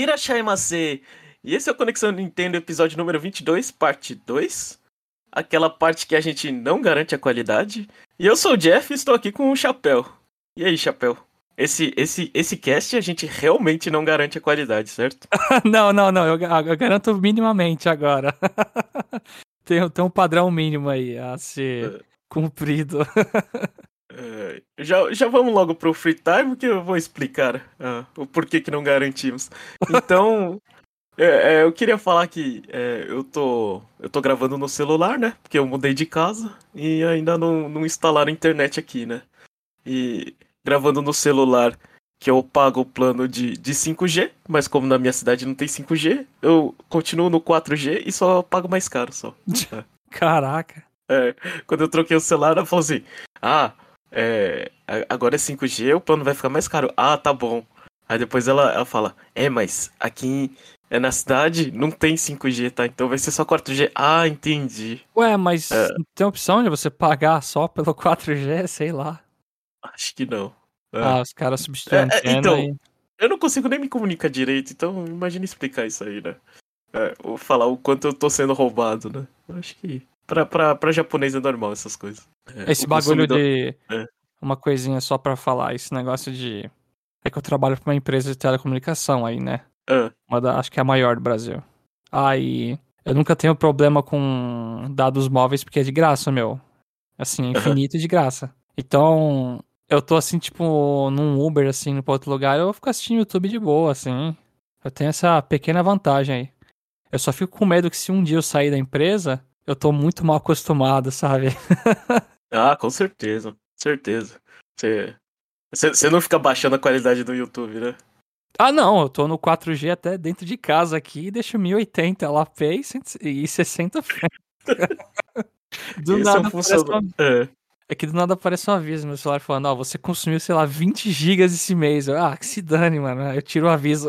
Irashaimase! E esse é o Conexão Nintendo, episódio número 22, parte 2. Aquela parte que a gente não garante a qualidade. E eu sou o Jeff e estou aqui com o Chapéu. E aí, Chapéu? Esse cast a gente realmente não garante a qualidade, certo? Não, eu garanto minimamente agora. Tem um padrão mínimo aí a ser cumprido. Já vamos logo pro free time que eu vou explicar o porquê que não garantimos. Então, eu queria falar que eu tô gravando no celular, né? Porque eu mudei de casa e ainda não instalaram a internet aqui, né? E gravando no celular, que eu pago o plano de 5G, mas como na minha cidade não tem 5G, eu continuo no 4G e só pago mais caro só. Caraca. Quando eu troquei o celular, ela falou assim: agora é 5G, o plano vai ficar mais caro. Ah, tá bom. Aí depois ela fala: mas aqui na cidade não tem 5G, tá? Então vai ser só 4G. Ah, entendi. Ué, mas tem opção de você pagar só pelo 4G, sei lá. Acho que não. Os caras substituem a antena Então, e... eu não consigo nem me comunicar direito, então imagina explicar isso aí, né? Ou falar o quanto eu tô sendo roubado, né? Eu acho que pra japonês é normal essas coisas. Esse O bagulho consumidor. de... Uma coisinha só pra falar, esse negócio de... É que eu trabalho pra uma empresa de telecomunicação aí, né? Acho que é a maior do Brasil. Aí, eu nunca tenho problema com dados móveis porque é de graça, meu. Assim, infinito de graça. Então, eu tô assim, tipo, num Uber, assim, no outro lugar, eu fico assistindo YouTube de boa, assim. Eu tenho essa pequena vantagem aí. Eu só fico com medo que se um dia eu sair da empresa, eu tô muito mal acostumado, sabe? Com certeza. Certeza. Você não fica baixando a qualidade do YouTube, né? Ah, não, eu tô no 4G até dentro de casa aqui e deixo 1080 LP e 60 frames. Do Esse é um nada aparece funcionário. uma... É que do nada aparece um aviso no meu celular falando, você consumiu, sei lá, 20 gigas esse mês. Que se dane, mano. Eu tiro o aviso.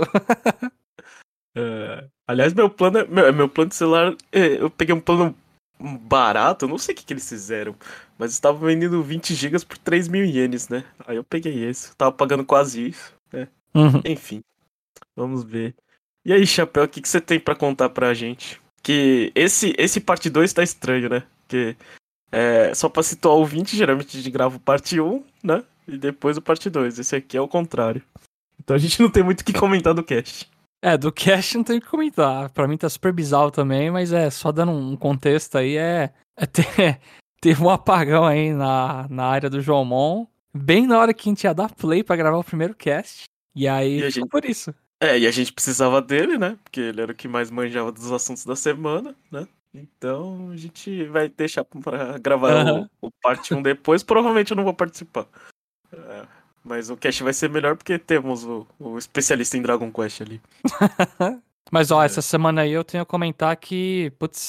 Aliás, meu plano de celular, eu peguei um plano barato, eu não sei o que eles fizeram, mas estavam vendendo 20 gigas por 3 mil ienes, né? Aí eu peguei esse, eu tava pagando quase isso, né? Uhum. Enfim, vamos ver. E aí, Chapéu, o que você tem pra contar pra gente? Que esse parte 2 tá estranho, né? Que só pra situar o ouvinte, geralmente a gente grava o parte um, né? E depois o parte 2. Esse aqui é o contrário. Então a gente não tem muito o que comentar do cast. Do Cash não tem o que comentar. Pra mim tá super bizarro também, mas só dando um contexto aí, teve um apagão aí na área do Jomon, bem na hora que a gente ia dar play pra gravar o primeiro cast. E aí E a ficou gente, por isso. e a gente precisava dele, né? Porque ele era o que mais manjava dos assuntos da semana, né? Então a gente vai deixar pra gravar Aham. o parte um depois. Provavelmente eu não vou participar. É, mas o cast vai ser melhor porque temos o especialista em Dragon Quest ali. Mas essa semana aí eu tenho a comentar que, putz,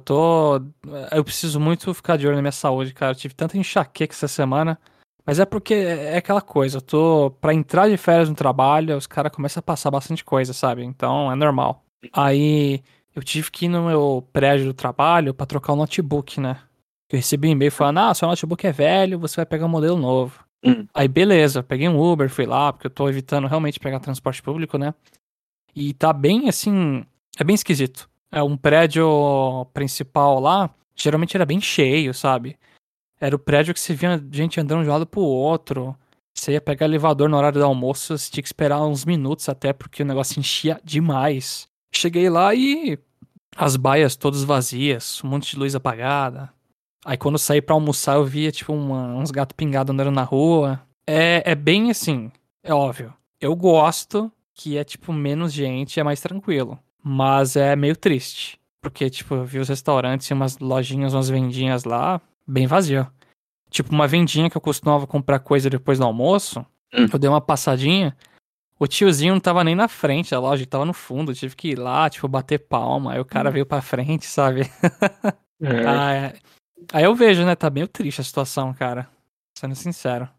eu preciso muito ficar de olho na minha saúde, cara. Eu tive tanta enxaqueca essa semana. Mas é porque é aquela coisa, pra entrar de férias no trabalho, os caras começam a passar bastante coisa, sabe? Então é normal. Aí eu tive que ir no meu prédio do trabalho pra trocar o notebook, né? Eu recebi um e-mail falando, seu notebook é velho, você vai pegar um modelo novo. Aí beleza, peguei um Uber, fui lá, porque eu tô evitando realmente pegar transporte público, né? E tá bem assim, é bem esquisito. É um prédio principal lá, geralmente era bem cheio, sabe? Era o prédio que você via gente andando de um lado pro outro. Você ia pegar elevador no horário do almoço, você tinha que esperar uns minutos até, porque o negócio enchia demais. Cheguei lá e as baias todas vazias, um monte de luz apagada. Aí quando eu saí pra almoçar, eu via, tipo, uns gatos pingados andando na rua. É bem assim, é óbvio. Eu gosto que é, tipo, menos gente, é mais tranquilo. Mas é meio triste. Porque, tipo, eu vi os restaurantes e umas lojinhas, umas vendinhas lá, bem vazio. Tipo, uma vendinha que eu costumava comprar coisa depois do almoço, eu dei uma passadinha, o tiozinho não tava nem na frente da loja, ele tava no fundo, eu tive que ir lá, tipo, bater palma, aí o cara veio pra frente, sabe? Ah, aí eu vejo, né, tá meio triste a situação, cara, sendo sincero.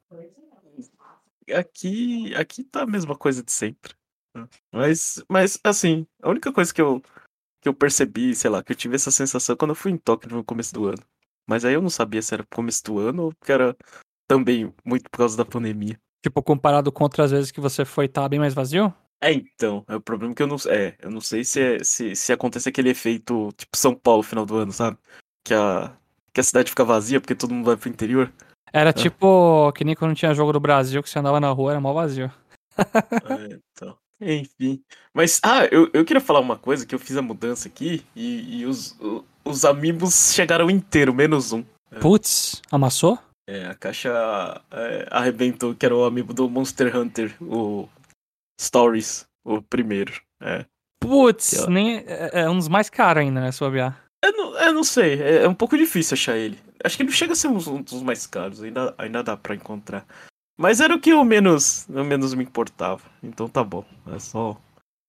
Aqui tá a mesma coisa de sempre. Mas assim, a única coisa que eu percebi, sei lá, que eu tive essa sensação quando eu fui em Tóquio no começo do ano. Mas aí eu não sabia se era pro começo do ano ou porque era também muito por causa da pandemia. Tipo, comparado com outras vezes que você foi, tá bem mais vazio? Então, é o problema que eu não sei se acontece aquele efeito tipo São Paulo final do ano, sabe? Que a, que a cidade fica vazia porque todo mundo vai pro interior. Era Ah, tipo que nem quando tinha jogo do Brasil, que você andava na rua, era mó vazio. então. Enfim. Mas, eu queria falar uma coisa, que eu fiz a mudança aqui e os amigos chegaram inteiro, menos um. Putz, amassou? A caixa arrebentou, que era o amigo do Monster Hunter, o Stories, o primeiro. Que, Putz, ó, nem, é um dos mais caros ainda, né, se bobear. eu não sei, é um pouco difícil achar ele. Acho que não chega a ser um dos mais caros, ainda dá pra encontrar. Mas era o que eu menos me importava, então tá bom. É só.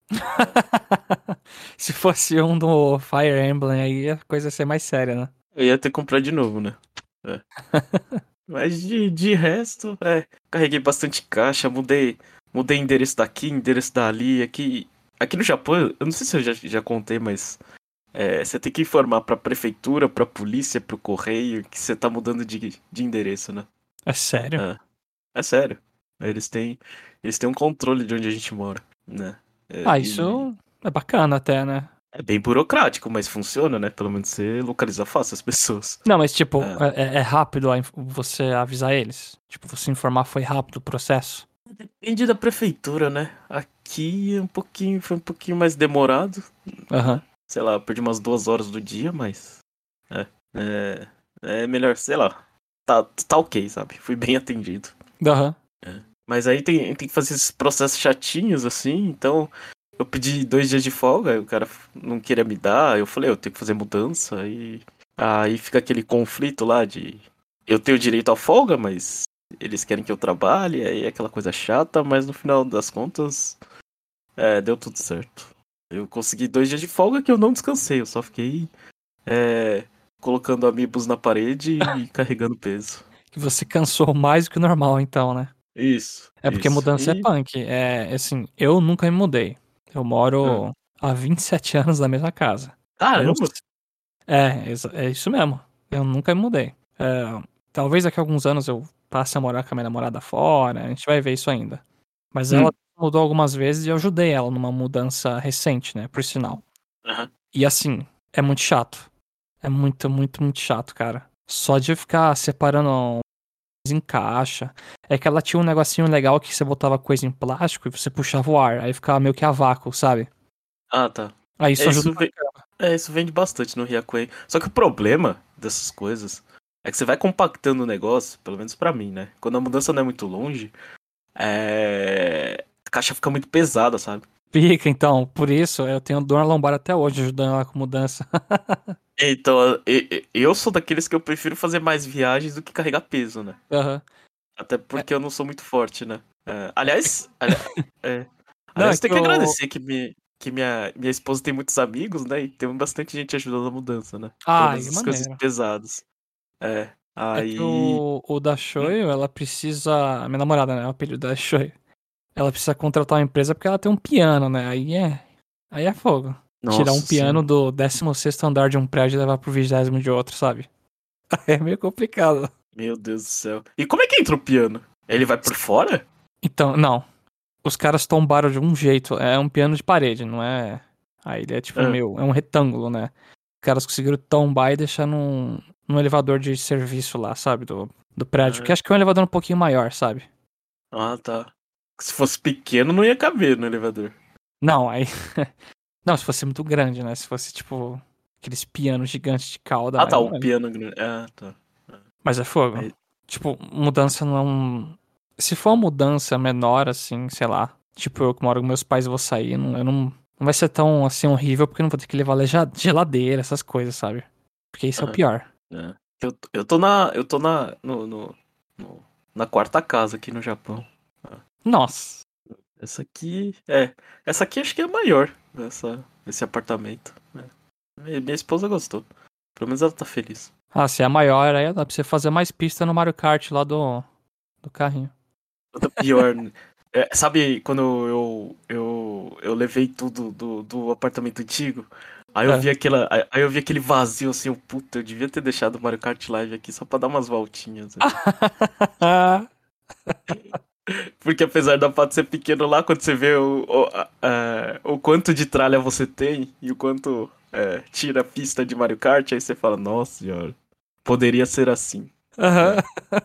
Se fosse um do Fire Emblem aí, a coisa ia ser mais séria, né? Eu ia ter que comprar de novo, né? É. Mas de resto, carreguei bastante caixa, mudei endereço daqui, endereço dali. Aqui no Japão, eu não sei se eu já contei, mas você tem que informar pra prefeitura, pra polícia, pro correio que você tá mudando de endereço, né? É sério? É, é sério. Eles têm um controle de onde a gente mora, né? Ah, E isso é bacana até, né? é bem burocrático, mas funciona, né? Pelo menos você localiza fácil as pessoas. Não, mas tipo, É. é rápido você avisar eles? Tipo, você informar foi rápido o processo? Depende da prefeitura, né? Aqui foi um pouquinho mais demorado, Aham, né? Sei lá, eu perdi umas 2 horas do dia, mas é, é, é melhor, sei lá. Tá ok, sabe? Fui bem atendido. aham. Mas aí tem que fazer esses processos chatinhos, assim, então eu pedi 2 dias de folga, aí o cara não queria me dar, eu falei, eu tenho que fazer mudança, aí fica aquele conflito lá de eu tenho direito à folga, mas eles querem que eu trabalhe, aí é aquela coisa chata, mas no final das contas, deu tudo certo. Eu consegui 2 dias de folga que eu não descansei, eu só fiquei é, colocando amigos na parede e carregando peso. Que você cansou mais do que o normal, então, né? Isso, É porque isso. mudança é punk. É, assim, eu nunca me mudei. Eu Ah, moro há 27 anos na mesma casa. Eu não. caramba! É isso mesmo. Eu nunca me mudei. Talvez daqui a alguns anos eu passe a morar com a minha namorada fora. A gente vai ver isso ainda. Mas ela Hum, mudou algumas vezes e eu ajudei ela numa mudança recente, né? Por sinal. aham. E assim, é muito chato. É muito, muito, muito chato, cara. Só de ficar separando em caixa. É que ela tinha um negocinho legal que você botava coisa em plástico e você puxava o ar. Aí ficava meio que a vácuo, sabe? Ah, tá. Aí É, isso ajuda. isso vende bastante no Hyakuen. Só que o problema dessas coisas é que você vai compactando o negócio, pelo menos pra mim, né? Quando a mudança não é muito longe, a caixa fica muito pesada, sabe? Fica, então. Por isso, eu tenho dor na lombar até hoje, ajudando ela com mudança. Então, eu sou daqueles que eu prefiro fazer mais viagens do que carregar peso, né? Aham. Até É, porque eu não sou muito forte, né? É, não, aliás, é eu tenho que que o. agradecer que minha esposa tem muitos amigos, né? E tem bastante gente ajudando na mudança, né? Pelo Ai, menos que as coisas maneiro. pesadas. É que Aí. o da Hum, Shoyo, ela precisa. A minha namorada, né? O apelido da Shoyo. Ela precisa contratar uma empresa porque ela tem um piano, né? Aí é fogo. Tirar um Nossa piano senhora. do 16º andar de um prédio e levar pro 20º de outro, sabe? É meio complicado. Meu Deus do céu. E como é que entra o piano? Ele vai por fora? Então, não. Os caras tombaram de um jeito. É um piano de parede, não é. Aí ele é tipo Ah, meio. É um retângulo, né? Os caras conseguiram tombar e deixar num elevador de serviço lá, sabe? Do prédio. Que ah, acho que é um elevador um pouquinho maior, sabe? tá. Se fosse pequeno, não ia caber no elevador. Não, aí. Não, se fosse muito grande, né? Se fosse tipo. Aqueles pianos gigantes de cauda, Ah, aí tá, o não é. piano grande. Ah, tá. Mas é fogo. Aí- Tipo, mudança não é um. Se for uma mudança menor, assim, sei lá. Tipo, eu que moro com meus pais e vou sair, eu não. Não vai ser tão assim horrível porque eu não vou ter que levar geladeira, essas coisas, sabe? Porque isso é o aham, pior. é. Eu tô na quarta casa aqui no Japão. Ah, Nossa. Essa aqui. Essa aqui acho que é a maior. Esse apartamento. Minha esposa gostou. Pelo menos ela tá feliz. Ah, se é a maior, aí dá pra você fazer mais pista no Mario Kart lá do carrinho. Outra pior. Sabe quando eu levei tudo do apartamento antigo? É. Aí eu vi aquele vazio assim, puta, eu devia ter deixado o Mario Kart Live aqui só pra dar umas voltinhas. Porque apesar da pato ser pequeno lá, quando você vê o quanto de tralha você tem e o quanto tira a pista de Mario Kart, aí você fala, nossa senhora, poderia ser assim. Aham.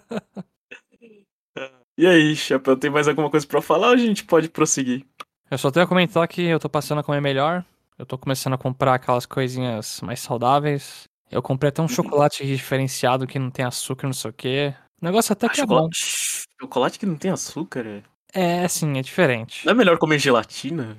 E aí, Chapéu, tem mais alguma coisa pra falar ou a gente pode prosseguir? Eu só tenho a comentar que eu tô passando a comer melhor. Eu tô começando a comprar aquelas coisinhas mais saudáveis. Eu comprei até um chocolate diferenciado que não tem açúcar, não sei o quê. O negócio até que é bom. Chocolate que não tem açúcar, É, sim, é diferente. Não é melhor comer gelatina?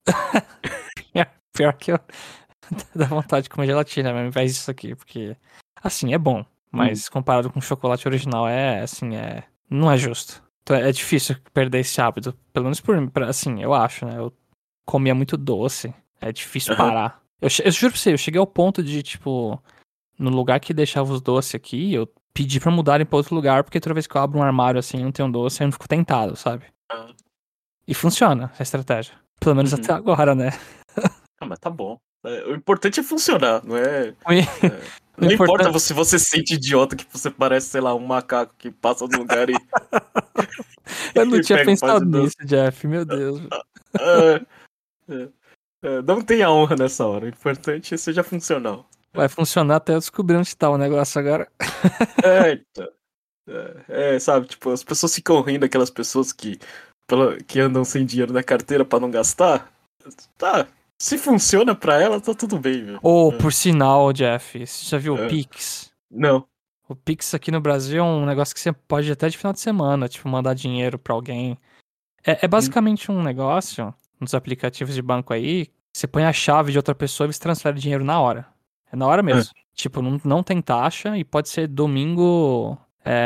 Pior que eu dá vontade de comer gelatina, mas ao invés disso aqui, porque assim, é bom, mas comparado com o chocolate original não é justo. Então é difícil perder esse hábito, pelo menos assim, eu acho, né? Eu comia muito doce, é difícil Aham. parar. Eu juro pra você, eu cheguei ao ponto de, tipo, no lugar que deixava os doces aqui, eu pedi pra mudarem pra outro lugar, porque toda vez que eu abro um armário assim e não tem um doce, eu não fico tentado, sabe? Ah, E funciona essa estratégia. Pelo menos uhum. até agora, né? Ah, mas tá bom. O importante é funcionar, não é. O Não importa importante. se você se sente idiota que você parece, sei lá, um macaco que passa no lugar Eu não e tinha pega faz pensado o doce. nisso, Jeff. Meu Deus. Ah, não tenha honra nessa hora. O importante é que seja funcional. Vai funcionar até eu descobrir onde tá o negócio agora. Eita. Sabe, tipo, as pessoas ficam rindo daquelas pessoas que andam sem dinheiro na carteira pra não gastar. Tá. Se funciona pra ela, tá tudo bem, viu? Ou, por sinal, Jeff, você já viu o É. Pix? Não. O Pix aqui no Brasil é um negócio que você pode até de final de semana, tipo, mandar dinheiro pra alguém. É Hum. basicamente um negócio nos aplicativos de banco aí. Você põe a chave de outra pessoa e você transfere dinheiro na hora. É na hora Ah, mesmo. Tipo, não tem taxa e pode ser domingo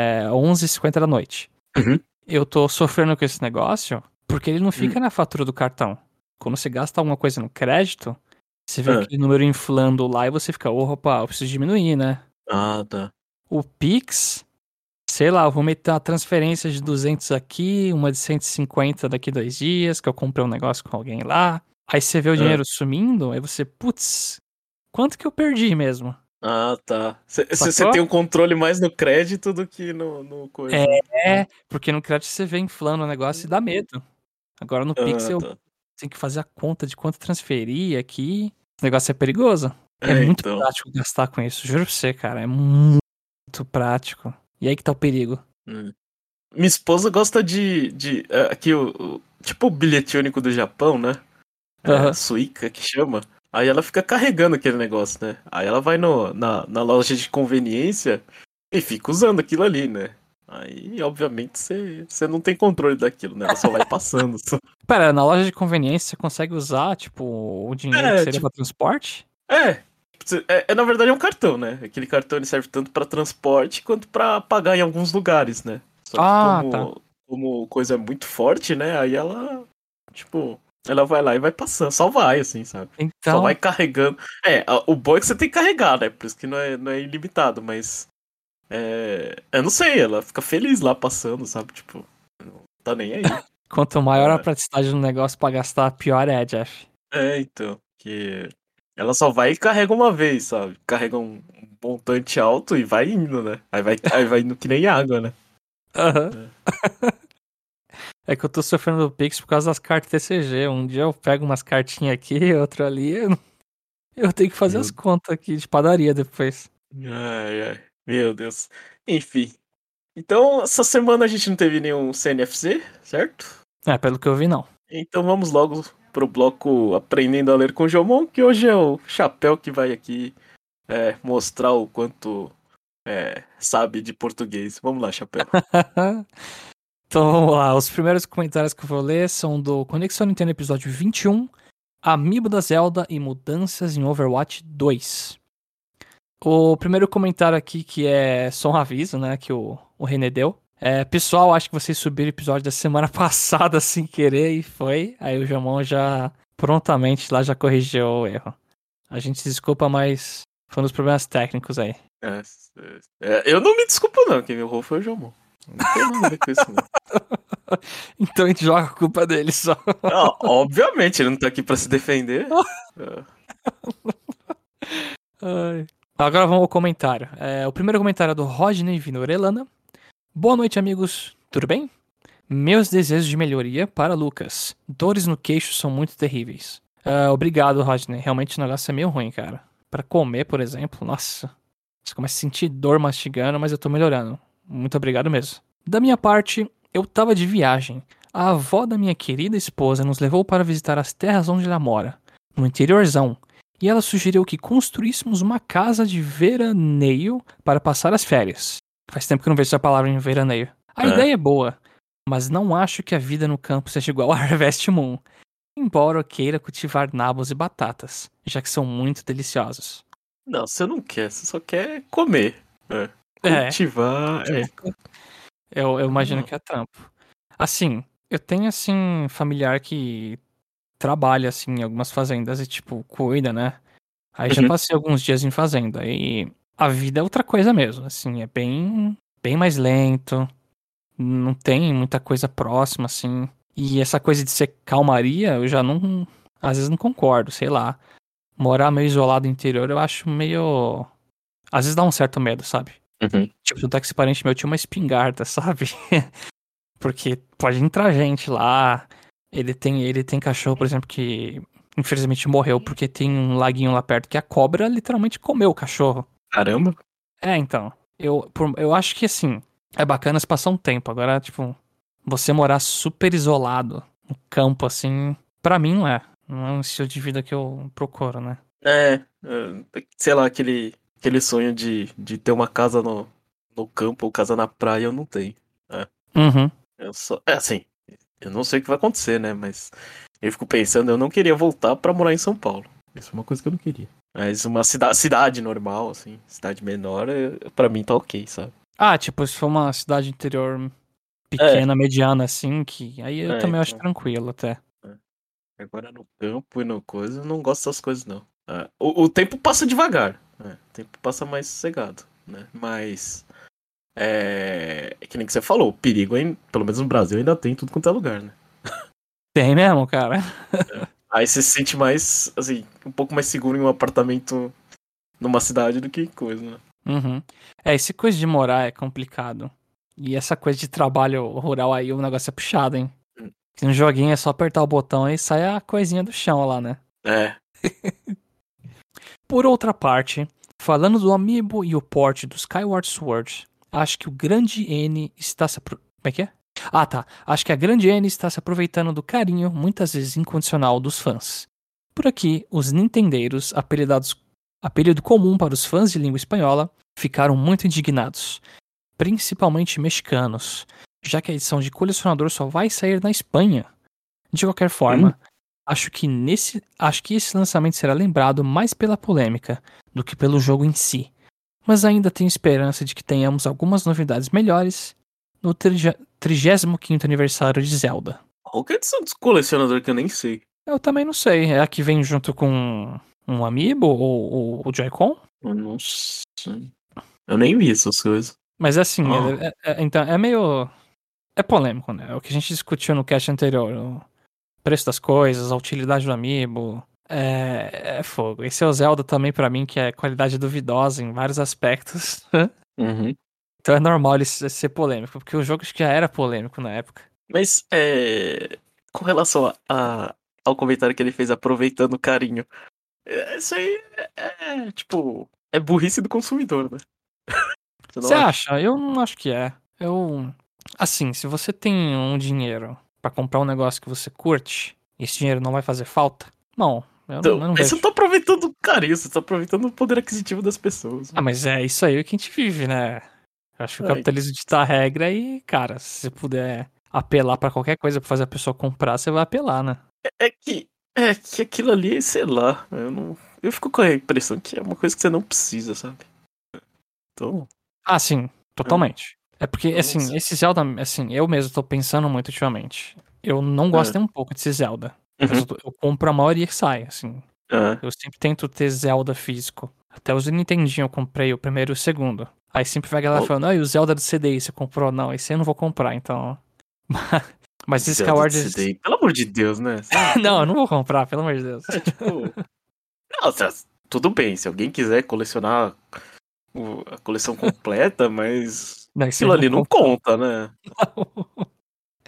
11h50 da noite. uhum. Eu tô sofrendo com esse negócio porque ele não Hum. fica na fatura do cartão. Quando você gasta alguma coisa no crédito, você vê Ah. aquele número inflando lá e você fica, opa, eu preciso diminuir, né? Ah, tá. O Pix, sei lá, eu vou meter uma transferência de 200 aqui, uma de 150 daqui 2 dias, que eu comprei um negócio com alguém lá. Aí você vê o Ah, dinheiro sumindo, aí você, putz, quanto que eu perdi mesmo? tá. Você Sacou? tem um controle mais no crédito do que no coisa. Porque no crédito você vê inflando o negócio e dá medo. Agora no Pix Ah, eu tá. tenho que fazer a conta de quanto transferir aqui. O negócio é perigoso. É muito Então. prático gastar com isso, juro pra você, cara. É muito prático. E aí que tá o perigo. Hum. Minha esposa gosta aqui, tipo o bilhete único do Japão, né? Aham. Suica que chama. Aí ela fica carregando aquele negócio, né? Aí ela vai na loja de conveniência e fica usando aquilo ali, né? Aí, obviamente, você não tem controle daquilo, né? Ela só vai passando. Só. Pera, na loja de conveniência você consegue usar, tipo, o dinheiro que seria Tipo, pra transporte? é. Na verdade é um cartão, né? Aquele cartão ele serve tanto pra transporte quanto pra pagar em alguns lugares, né? Só que Ah, tá. como coisa é muito forte, né? Aí ela, tipo, ela vai lá e vai passando, só vai, assim, sabe? Só vai Então, carregando. O bom é que você tem que carregar, né? Por isso que não é ilimitado, mas. Eu não sei, ela fica feliz lá passando, sabe? Tipo, não tá nem aí. quanto maior a É, praticidade do negócio pra gastar, pior é, Jeff. então. Que ela só vai e carrega uma vez, sabe? Carrega um montante alto e vai indo, né? Aí vai indo que nem água, né? Aham. É. É que eu tô sofrendo do Pix por causa das cartas TCG. Um dia eu pego umas cartinhas aqui, outra ali. Eu tenho que fazer as Meu, contas aqui de padaria depois. ai. Meu Deus. Enfim. Então, essa semana a gente não teve nenhum CNFC, certo? É, pelo que eu vi, não. Então vamos logo pro bloco Aprendendo a Ler com o Jomon, que hoje é o Chapéu que vai aqui mostrar o quanto sabe de português. Vamos lá, Chapéu. Então vamos lá. Os primeiros comentários que eu vou ler são do Conexão Nintendo episódio 21, Amiibo da Zelda e mudanças em Overwatch 2. O primeiro comentário aqui, que é só um aviso, né, que o René deu. Pessoal, acho que vocês subiram o episódio da semana passada sem querer e foi. Aí o Jamon já prontamente lá já corrigiu o erro. A gente se desculpa, mas foi um dos problemas técnicos aí. Eu não me desculpo, não. Quem me errou foi o Jomon. Não tem nada a ver com isso, não. Então a gente joga a culpa dele só. Obviamente, ele não tá aqui pra se defender. Ah, Ai. Agora vamos ao comentário. O primeiro comentário é do Rodney Vinorelana. Boa noite, amigos. Tudo bem? Meus desejos de melhoria para Lucas. Dores no queixo são muito terríveis. Obrigado, Rodney. Realmente o negócio é meio ruim, cara. Pra comer, por exemplo, nossa. Você começa a sentir dor mastigando, mas eu tô melhorando. Muito obrigado mesmo. Da minha parte, eu tava de viagem. A avó da minha querida esposa nos levou para visitar as terras onde ela mora, no interiorzão. E ela sugeriu que construíssemos uma casa de veraneio para passar as férias. Faz tempo que eu não vejo essa palavra em veraneio. A É. ideia é boa, mas não acho que a vida no campo seja igual a Harvest Moon, embora eu queira cultivar nabos e batatas, já que são muito deliciosos. Não, você não quer, você só quer comer. É. É, Cultivar, é. eu imagino Não. que é trampo. Assim, eu tenho, assim, familiar que trabalha, assim, em algumas fazendas e, tipo, cuida, né? Aí já Uhum. passei alguns dias em fazenda e a vida é outra coisa mesmo, assim, é bem mais lento, não tem muita coisa próxima, assim. E essa coisa de ser calmaria, eu já não, às vezes não concordo, sei lá. Morar meio isolado no interior, eu acho meio, às vezes dá um certo medo, sabe? Uhum. Tipo, tanto é que esse parente meu tinha uma espingarda, sabe? Porque pode entrar gente lá. Ele tem cachorro, por exemplo, que infelizmente morreu porque tem um laguinho lá perto que a cobra literalmente comeu o cachorro. Caramba. Então, eu acho que assim, é bacana se passar um tempo. Agora, tipo, você morar super isolado no campo, assim, pra mim não é. Não é um estilo de vida que eu procuro, né? Sei lá, aquele sonho de ter uma casa no campo ou casa na praia, eu não tenho. É, Uhum. é assim, eu não sei o que vai acontecer, né? Mas eu fico pensando, eu não queria voltar pra morar em São Paulo. Isso é uma coisa que eu não queria. Mas uma cidade normal, assim, cidade menor, pra mim tá ok, sabe? Ah, tipo, se for uma cidade interior É, pequena, mediana, assim, que aí eu também acho então. tranquilo até. É. Agora no campo e no coisa, eu não gosto dessas coisas, não. O tempo passa devagar, né? O tempo passa mais sossegado, né? Mas é que nem que você falou, o perigo, pelo menos no Brasil, ainda tem em tudo quanto é lugar, né? Tem mesmo, cara. É. Aí você se sente mais, assim, um pouco mais seguro em um apartamento numa cidade do que coisa, né? Uhum. É, esse coisa de morar é complicado. E essa coisa de trabalho rural aí, o negócio é puxado, hein? Hum. Que um joguinho é só apertar o botão e sai a coisinha do chão lá, né? É. Por outra parte, falando do Amiibo e o port do Skyward Sword, acho que o grande N está se Como é que é? Ah, tá. Acho que a grande N está se aproveitando do carinho, muitas vezes incondicional, dos fãs. Por aqui, os nintendeiros, apelido comum para os fãs de língua espanhola, ficaram muito indignados, principalmente mexicanos, já que a edição de colecionador só vai sair na Espanha. De qualquer Hum. forma, acho que esse lançamento será lembrado mais pela polêmica do que pelo jogo em si. Mas ainda tenho esperança de que tenhamos algumas novidades melhores no 35º aniversário de Zelda. Qual que é a edição dos colecionador que eu nem sei? Eu também não sei, é a que vem junto com um Amiibo ou o Joy-Con? Eu não sei. Eu nem vi essas coisas. Mas assim, Ah. então é meio. É polêmico, né? O que a gente discutiu no cast anterior. O preço das coisas, a utilidade do Amiibo. É fogo. Esse é o Zelda também, pra mim, que é qualidade duvidosa em vários aspectos. Uhum. Então é normal ele ser polêmico, porque o jogo acho que já era polêmico na época. Mas com relação ao comentário que ele fez aproveitando o carinho, isso aí tipo, é burrice do consumidor, né? Você Você não acha? acha? Eu não acho que é. Eu. Assim, se você tem um dinheiro pra comprar um negócio que você curte, e esse dinheiro não vai fazer falta, não, Então, eu não aí você não vejo. tá aproveitando o carinho, você tá aproveitando o poder aquisitivo das pessoas. Ah, Né? mas é isso aí que a gente vive, né? Eu acho que o É, capitalismo dita a regra e, cara, se você puder apelar pra qualquer coisa pra fazer a pessoa comprar, você vai apelar, né? é que aquilo ali, sei lá, eu não. Eu fico com a impressão que é uma coisa que você não precisa, sabe? Então, Ah, sim, eu, totalmente. É porque, eu não assim, sei. esse Zelda, assim, eu mesmo tô pensando muito ultimamente. Eu não gosto É. nem um pouco desse Zelda. Mas Uhum. eu compro a maioria que sai, assim. É. Eu sempre tento ter Zelda físico. Até os Nintendinho eu comprei o primeiro e o segundo. Aí sempre vai a galera Ó, falando, ah, e o Zelda do CDI você comprou? Não, esse eu não vou comprar, então. Mas esse Zelda de Skyward. CDI, pelo amor de Deus, né? Não, eu não vou comprar, pelo amor de Deus. Tipo. Nossa, tudo bem, se alguém quiser colecionar a coleção completa, mas Não, isso aí aquilo eu não ali não compro, não. conta, né?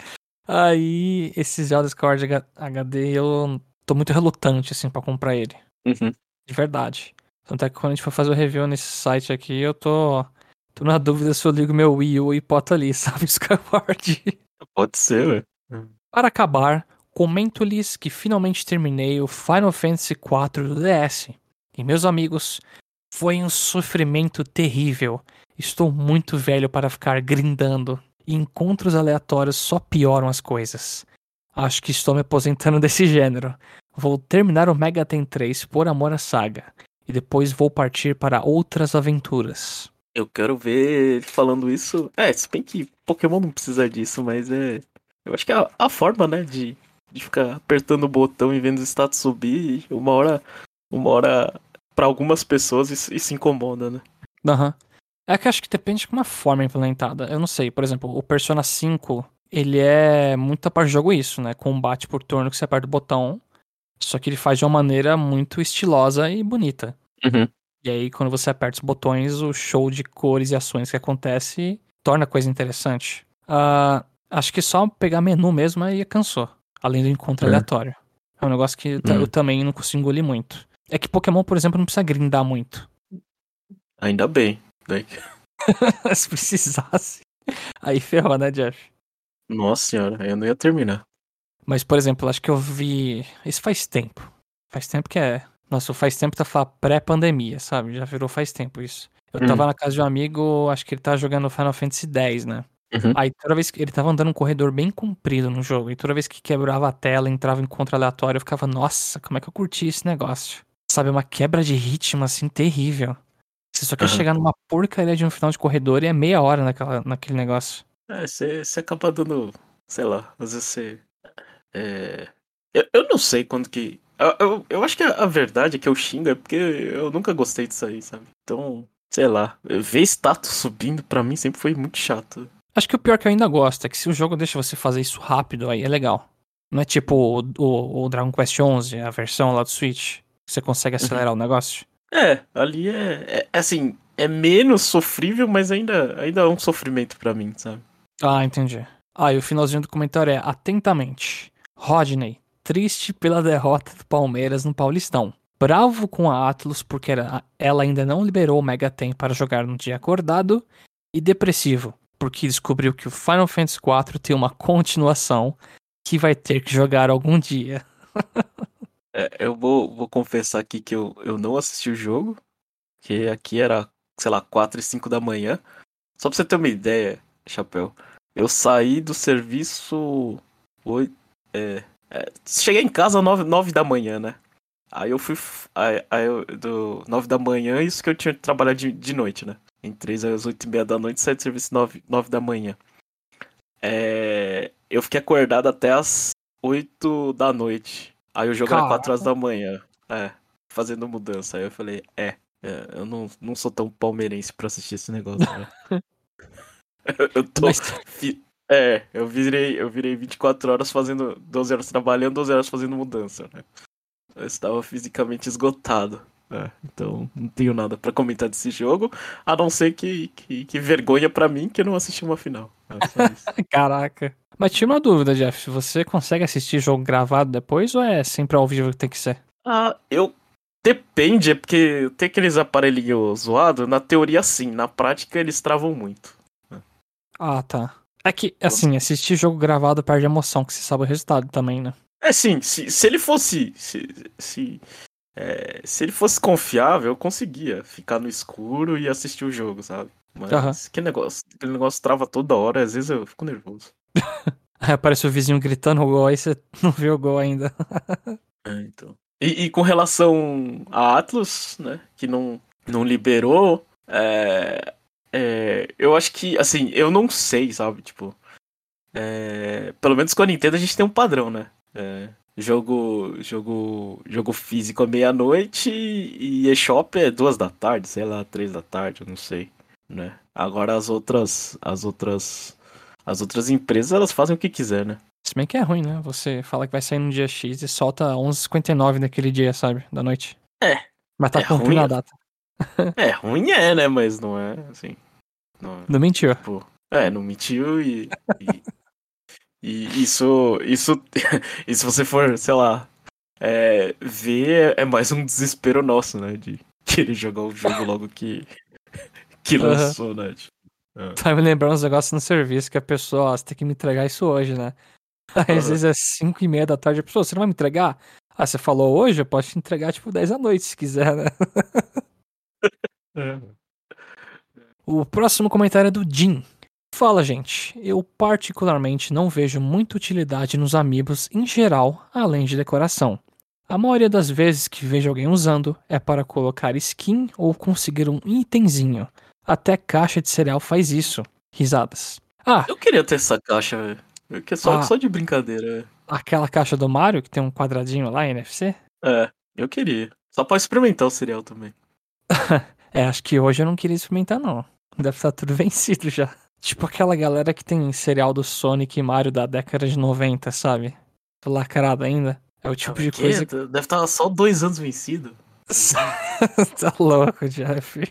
Aí, esse Zelda Skyward HD, eu tô muito relutante, assim, pra comprar ele. Uhum. De verdade. Tanto é que quando a gente for fazer o review nesse site aqui, eu tô na dúvida se eu ligo meu Wii U e boto ali, sabe, Skyward. Pode ser, velho. Para acabar, comento-lhes que finalmente terminei o Final Fantasy IV do DS. E meus amigos, foi um sofrimento terrível. Estou muito velho para ficar grindando. E encontros aleatórios só pioram as coisas. Acho que estou me aposentando desse gênero. Vou terminar o Mega Ten 3 por amor à saga. E depois vou partir para outras aventuras. Eu quero ver ele falando isso. Se bem que Pokémon não precisa disso, mas é. Eu acho que é a forma, né, de ficar apertando o botão e vendo o status subir, uma hora, pra algumas pessoas isso incomoda, né? Aham. É que acho que depende de como a forma é implementada. Eu não sei, por exemplo, o Persona 5, ele é muita parte do jogo isso, né? Combate por turno que você aperta o botão. Só que ele faz de uma maneira muito estilosa e bonita. Uhum. E aí, quando você aperta os botões, o show de cores e ações que acontece torna a coisa interessante. Acho que só pegar menu mesmo aí cansou. Além do encontro aleatório. É um negócio que eu também não consigo engolir muito. É que Pokémon, por exemplo, não precisa grindar muito. Ainda bem. Daí- Se precisasse. Aí ferrou, né, Jeff? Nossa senhora, eu não ia terminar. Mas, por exemplo, acho que eu vi. Isso faz tempo. Faz tempo que é. Nossa, faz tempo tá falando pré-pandemia, sabe? Já virou faz tempo isso. Eu tava na casa de um amigo, acho que ele tava jogando Final Fantasy X, né? Uhum. Aí toda vez que ele tava andando um corredor bem comprido no jogo, e toda vez que quebrava a tela, entrava em encontro aleatório, eu ficava, nossa, como é que eu curti esse negócio? Sabe, uma quebra de ritmo assim terrível. Você só quer Aham. chegar numa porcaria de um final de corredor e é meia hora naquele negócio. Você acaba dando, sei lá, às vezes você. É... eu não sei quando que. Eu acho que a verdade é que eu xingo é porque eu nunca gostei disso aí, sabe? Então, sei lá, ver status subindo pra mim sempre foi muito chato. Acho que o pior que eu ainda gosto é que se o jogo deixa você fazer isso rápido, aí é legal. Não é tipo o Dragon Quest 11, a versão lá do Switch, que você consegue Uhum. acelerar o negócio. Ali assim, é menos sofrível, mas ainda é um sofrimento pra mim, sabe? Ah, entendi. Ah, e o finalzinho do comentário é: atentamente. Rodney, triste pela derrota do Palmeiras no Paulistão. Bravo com a Atlus porque ela ainda não liberou o Mega Ten para jogar no dia acordado. E depressivo, porque descobriu que o Final Fantasy IV tem uma continuação que vai ter que jogar algum dia. Eu vou confessar aqui que eu não assisti o jogo, que aqui era, sei lá, 4 e 5 da manhã. Só pra você ter uma ideia, Chapéu, eu saí do serviço. Oi, cheguei em casa 9 da manhã, né? Aí eu fui. Do 9 da manhã, isso que eu tinha que trabalhar de noite, né? Em 3 às 8:30 da noite, saí do serviço 9 da manhã. Eu fiquei acordado até as 8 da noite. Aí o jogo era 4 horas Caraca. da manhã. Fazendo mudança. Aí eu falei, eu não sou tão palmeirense pra assistir esse negócio, né? Eu tô. Mas, Eu virei 24 horas fazendo. 12 horas trabalhando, 12 horas fazendo mudança, né? Eu estava fisicamente esgotado. Então, não tenho nada pra comentar desse jogo, a não ser que vergonha pra mim que eu não assisti uma final. É só isso. caraca. Mas tinha uma dúvida, Jeff. Você consegue assistir jogo gravado depois ou é sempre ao vivo que tem que ser? Eu. Depende, é porque tem aqueles aparelhinhos zoados, na teoria sim, na prática eles travam muito. Ah, tá. É que, assim, assistir jogo gravado perde a emoção, que você sabe o resultado também, né? Sim, se ele fosse. Se ele fosse confiável, eu conseguia ficar no escuro e assistir o jogo, sabe? Aham. Mas aquele negócio trava toda hora, às vezes eu fico nervoso. Aí aparece o vizinho gritando o gol, aí você não viu o gol ainda. Então. E com relação a Atlas, né, que não liberou, eu acho que, assim, eu não sei, sabe, tipo, pelo menos com a Nintendo a gente tem um padrão, né? Jogo físico à meia-noite e eShop é 2 da tarde, sei lá, 3 da tarde, eu não sei, né? Agora as outras empresas, elas fazem o que quiser, né? Se bem que é ruim, né? Você fala que vai sair no dia X e solta 11h59 naquele dia, sabe? Da noite. É, Mas tá é cumprindo ruim, a data. ruim né? Mas não é assim, não, Não mentiu. tipo, não mentiu e E isso, e se você for, sei lá, ver, é mais um desespero nosso, né? De querer jogar o jogo logo que Aham. lançou, né? Tipo, ah, Tá me lembrando uns negócios no serviço que a pessoa, ó, você tem que me entregar isso hoje, né? Aí, às aham. vezes é 5:30 da tarde, a pessoa, você não vai me entregar? Ah, você falou hoje? Eu posso te entregar tipo 10 da noite, se quiser, né? É. O próximo comentário é do Jim. Fala, gente. Eu particularmente não vejo muita utilidade nos amiibos em geral, além de decoração. A maioria das vezes que vejo alguém usando é para colocar skin ou conseguir um itemzinho. Até caixa de cereal faz isso. Risadas. Ah, Eu queria ter essa caixa, velho. Que é a, só de brincadeira. aquela caixa do Mario que tem um quadradinho lá, NFC? Eu queria. Só pra experimentar o cereal também. É, acho que hoje eu não queria experimentar, não. Deve estar tudo vencido já. Tipo aquela galera que tem cereal do Sonic e Mario da década de 90, sabe? Lacrado ainda. É o Ah, tipo mas de que? coisa que. Deve estar só 2 anos vencido. Tá louco, Jeff.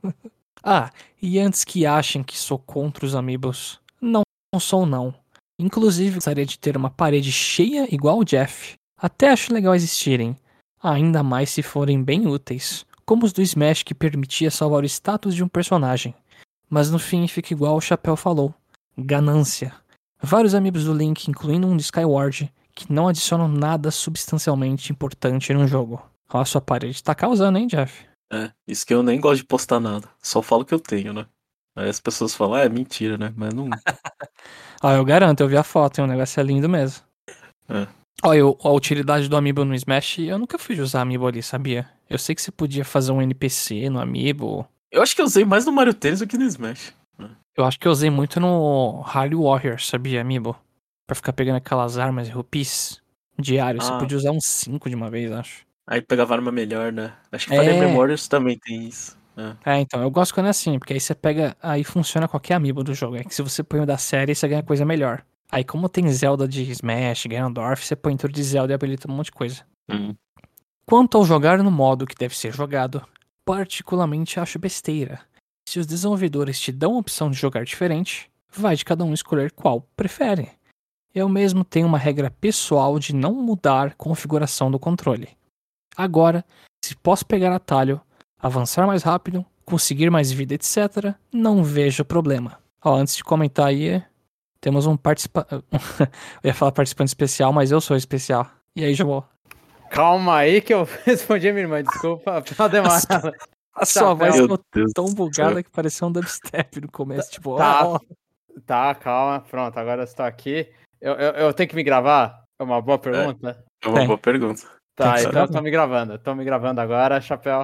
Ah, e antes que achem que sou contra os amiibos, não, não sou não. Inclusive, gostaria de ter uma parede cheia igual o Jeff. Até acho legal existirem. Ainda mais se forem bem úteis. Como os do Smash que permitia salvar o status de um personagem. Mas no fim fica igual o Chapéu falou. Ganância. Vários amigos do Link, incluindo um de Skyward, que não adicionam nada substancialmente importante no jogo. Ó, a sua parede tá causando, hein, Jeff? Isso que eu nem gosto de postar nada. Só falo que eu tenho, né? Aí as pessoas falam, é mentira, né? Mas não. Ó, eu garanto, eu vi a foto, hein, o negócio é lindo mesmo. É. Ó, a utilidade do Amiibo no Smash, eu nunca fui de usar Amiibo ali, sabia? Eu sei que você podia fazer um NPC no Amiibo. Eu acho que eu usei mais no Mario Tennis do que no Smash. Eu acho que eu usei muito no Harley Warrior, sabia, Amiibo? Pra ficar pegando aquelas armas e rupis diário. Você Ah, podia usar uns 5 de uma vez, acho. aí pegava arma melhor, né? Acho que Fire É, Memorials também tem isso. então, eu gosto quando é assim, porque aí você pega, aí funciona qualquer amiibo do jogo. É que se você põe o da série, você ganha coisa melhor. Aí como tem Zelda de Smash, Ganondorf, você põe tudo de Zelda e habilita um monte de coisa. Hum. Quanto ao jogar no modo que deve ser jogado, particularmente acho besteira. Se os desenvolvedores te dão a opção de jogar diferente, vai de cada um escolher qual prefere. Eu mesmo tenho uma regra pessoal de não mudar a configuração do controle. Agora, se posso pegar atalho, avançar mais rápido, conseguir mais vida, etc., não vejo problema. Ó, antes de comentar aí, temos um participante. Eu ia falar participante especial, mas eu sou especial. E aí, João? Calma aí que eu respondi a minha irmã, desculpa pela demora. A sua voz Chapéu. Meu ficou Deus tão do céu. bugada que parecia um dubstep no começo. Tipo, Tá, ó. tá, calma, pronto, agora eu estou aqui. Eu tenho que me gravar? É uma boa pergunta? É uma Tem, boa pergunta. tem Tá, que se então eu gravar. tô me gravando agora, chapéu.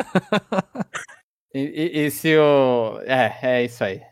E se o. É isso aí.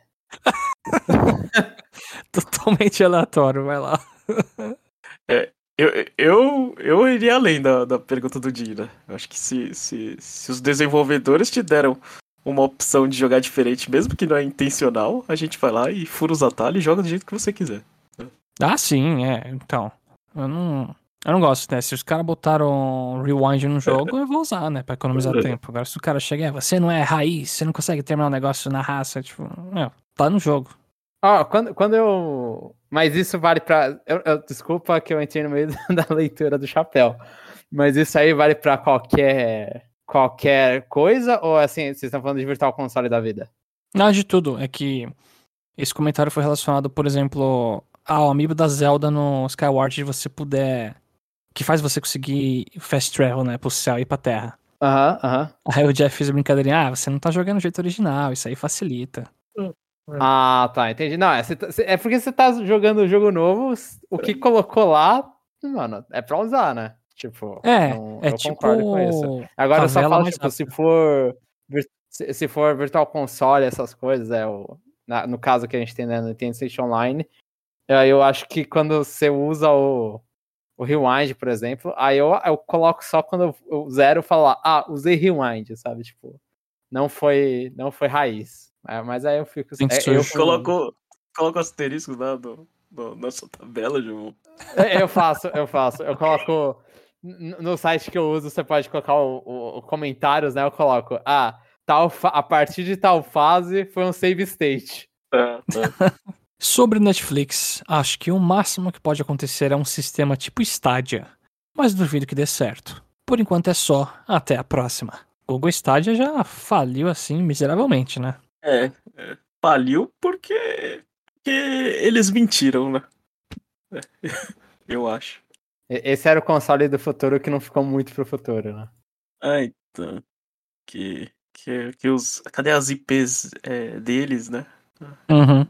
Totalmente aleatório, vai lá. É, eu iria além da pergunta do Dina. Eu acho que se os desenvolvedores te deram uma opção de jogar diferente, mesmo que não é intencional, a gente vai lá e fura os atalhos e joga do jeito que você quiser. Ah, sim, então. Eu não gosto, né? Se os caras botaram rewind no jogo, eu vou usar, né? Pra economizar tempo. Agora, se o cara chega, você não é raiz, você não consegue terminar um negócio na raça, tipo, tá no jogo. Ó, quando eu. Mas isso vale pra. Desculpa que eu entrei no meio da leitura do chapéu. Mas isso aí vale pra qualquer coisa? Ou assim, vocês estão falando de Virtual Console da vida? Nada de tudo. É que esse comentário foi relacionado, por exemplo, ao amiibo da Zelda no Skyward de você puder. Que faz você conseguir fast travel, né? Pro céu e pra terra. Aham. Aí o Jeff fez a brincadeirinha, você não tá jogando do jeito original, isso aí facilita. Ah, tá, entendi. Não, é porque você tá jogando o jogo novo, o que colocou lá, mano, é pra usar, né? Tipo, eu tipo concordo com isso. Agora eu só favela falo, mais tipo, rápida. se for Virtual Console, essas coisas, no caso que a gente tem né, no Nintendo Switch Online, eu acho que quando você usa o Rewind, por exemplo, aí eu coloco só quando eu zero e falo lá, usei Rewind, sabe? Tipo, não foi raiz. Mas aí eu fico. Tem que sujo. Coloca o asterisco lá na sua tabela, João. Eu faço. Eu coloco. No site que eu uso, você pode colocar o comentários, né? Eu coloco. A partir de tal fase foi um save state. Tá. Sobre Netflix, acho que o máximo que pode acontecer é um sistema tipo Stadia, mas duvido que dê certo. Por enquanto é só, até a próxima. Google Stadia já faliu assim miseravelmente, né? Faliu porque eles mentiram, né? Eu acho. Esse era o console do futuro que não ficou muito pro futuro, né? Então, que os... Cadê as IPs deles, né? Uhum.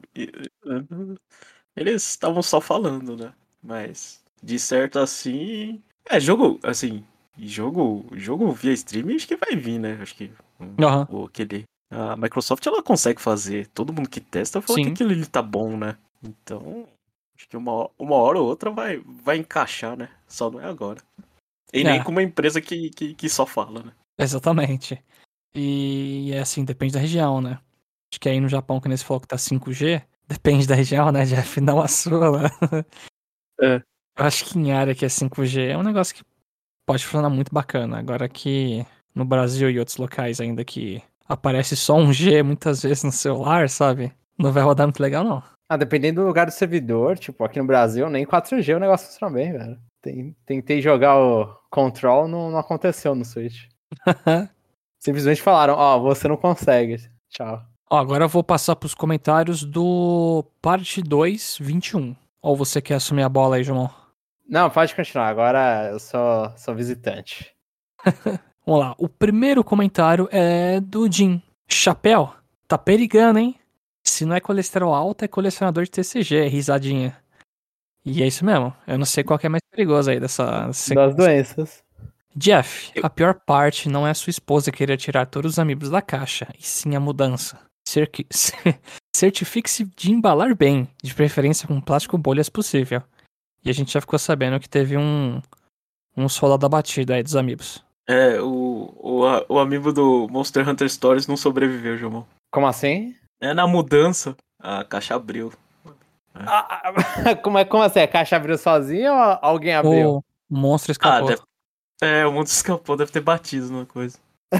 Eles estavam só falando, né? Mas, de certo assim... jogo, assim... Jogo via streaming acho que vai vir, né? Acho que Aham. a Microsoft, ela consegue fazer. Todo mundo que testa fala que Sim. aquilo ali tá bom, né? Então, acho que uma hora ou outra vai encaixar, né? Só não é agora. E nem É, com uma empresa que só fala, né? exatamente. E assim, depende da região, né? Acho que aí no Japão, que nesse falou que tá 5G, depende da região, né, Jeff? Não a sua, né? É. Eu acho que em área que é 5G é um negócio que pode funcionar muito bacana. Agora aqui no Brasil e outros locais ainda que aparece só um G muitas vezes no celular, sabe? Não vai rodar muito legal, não. Dependendo do lugar do servidor, tipo, aqui no Brasil, nem 4G o negócio funciona bem, velho. Tentei jogar o Control, não aconteceu no Switch. Simplesmente falaram, você não consegue. Tchau. Ó, agora eu vou passar pros comentários do Parte 2, 21. Ou você quer assumir a bola aí, João? Não, pode continuar. Agora eu sou visitante. Vamos lá. O primeiro comentário é do Jim. Chapéu, tá perigando, hein? Se não é colesterol alto, é colecionador de TCG, risadinha. E é isso mesmo. Eu não sei qual que é mais perigoso aí dessa Das sequência. doenças. Jeff, a pior parte não é a sua esposa querer tirar todos os amigos da caixa, e sim a mudança. Certifique-se de embalar bem, de preferência com plástico bolhas possível. E a gente já ficou sabendo que teve um soldado abatido aí dos amigos. O amigo do Monster Hunter Stories não sobreviveu, João. Como assim? Na mudança, a caixa abriu. Como assim? A caixa abriu sozinha ou alguém abriu? O monstro escapou. O mundo escapou, deve ter batido numa coisa.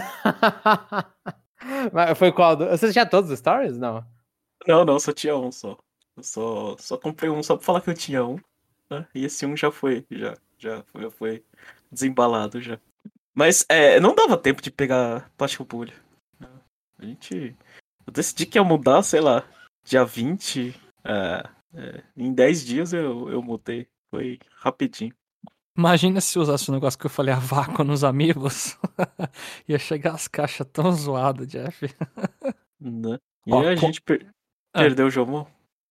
Mas foi qual? Você tinha todos os stories? Não. Não, só tinha um só. Eu só comprei um só pra falar que eu tinha um. Né? E esse um já foi desembalado já. Mas não dava tempo de pegar plástico bolha. Eu decidi que ia mudar, sei lá, dia 20. Em 10 dias eu mudei. Foi rapidinho. Imagina se usasse o negócio que eu falei, a vácuo nos amigos. Ia chegar as caixas tão zoadas, Jeff. Né? E Ó, aí a gente perdeu o Jomon.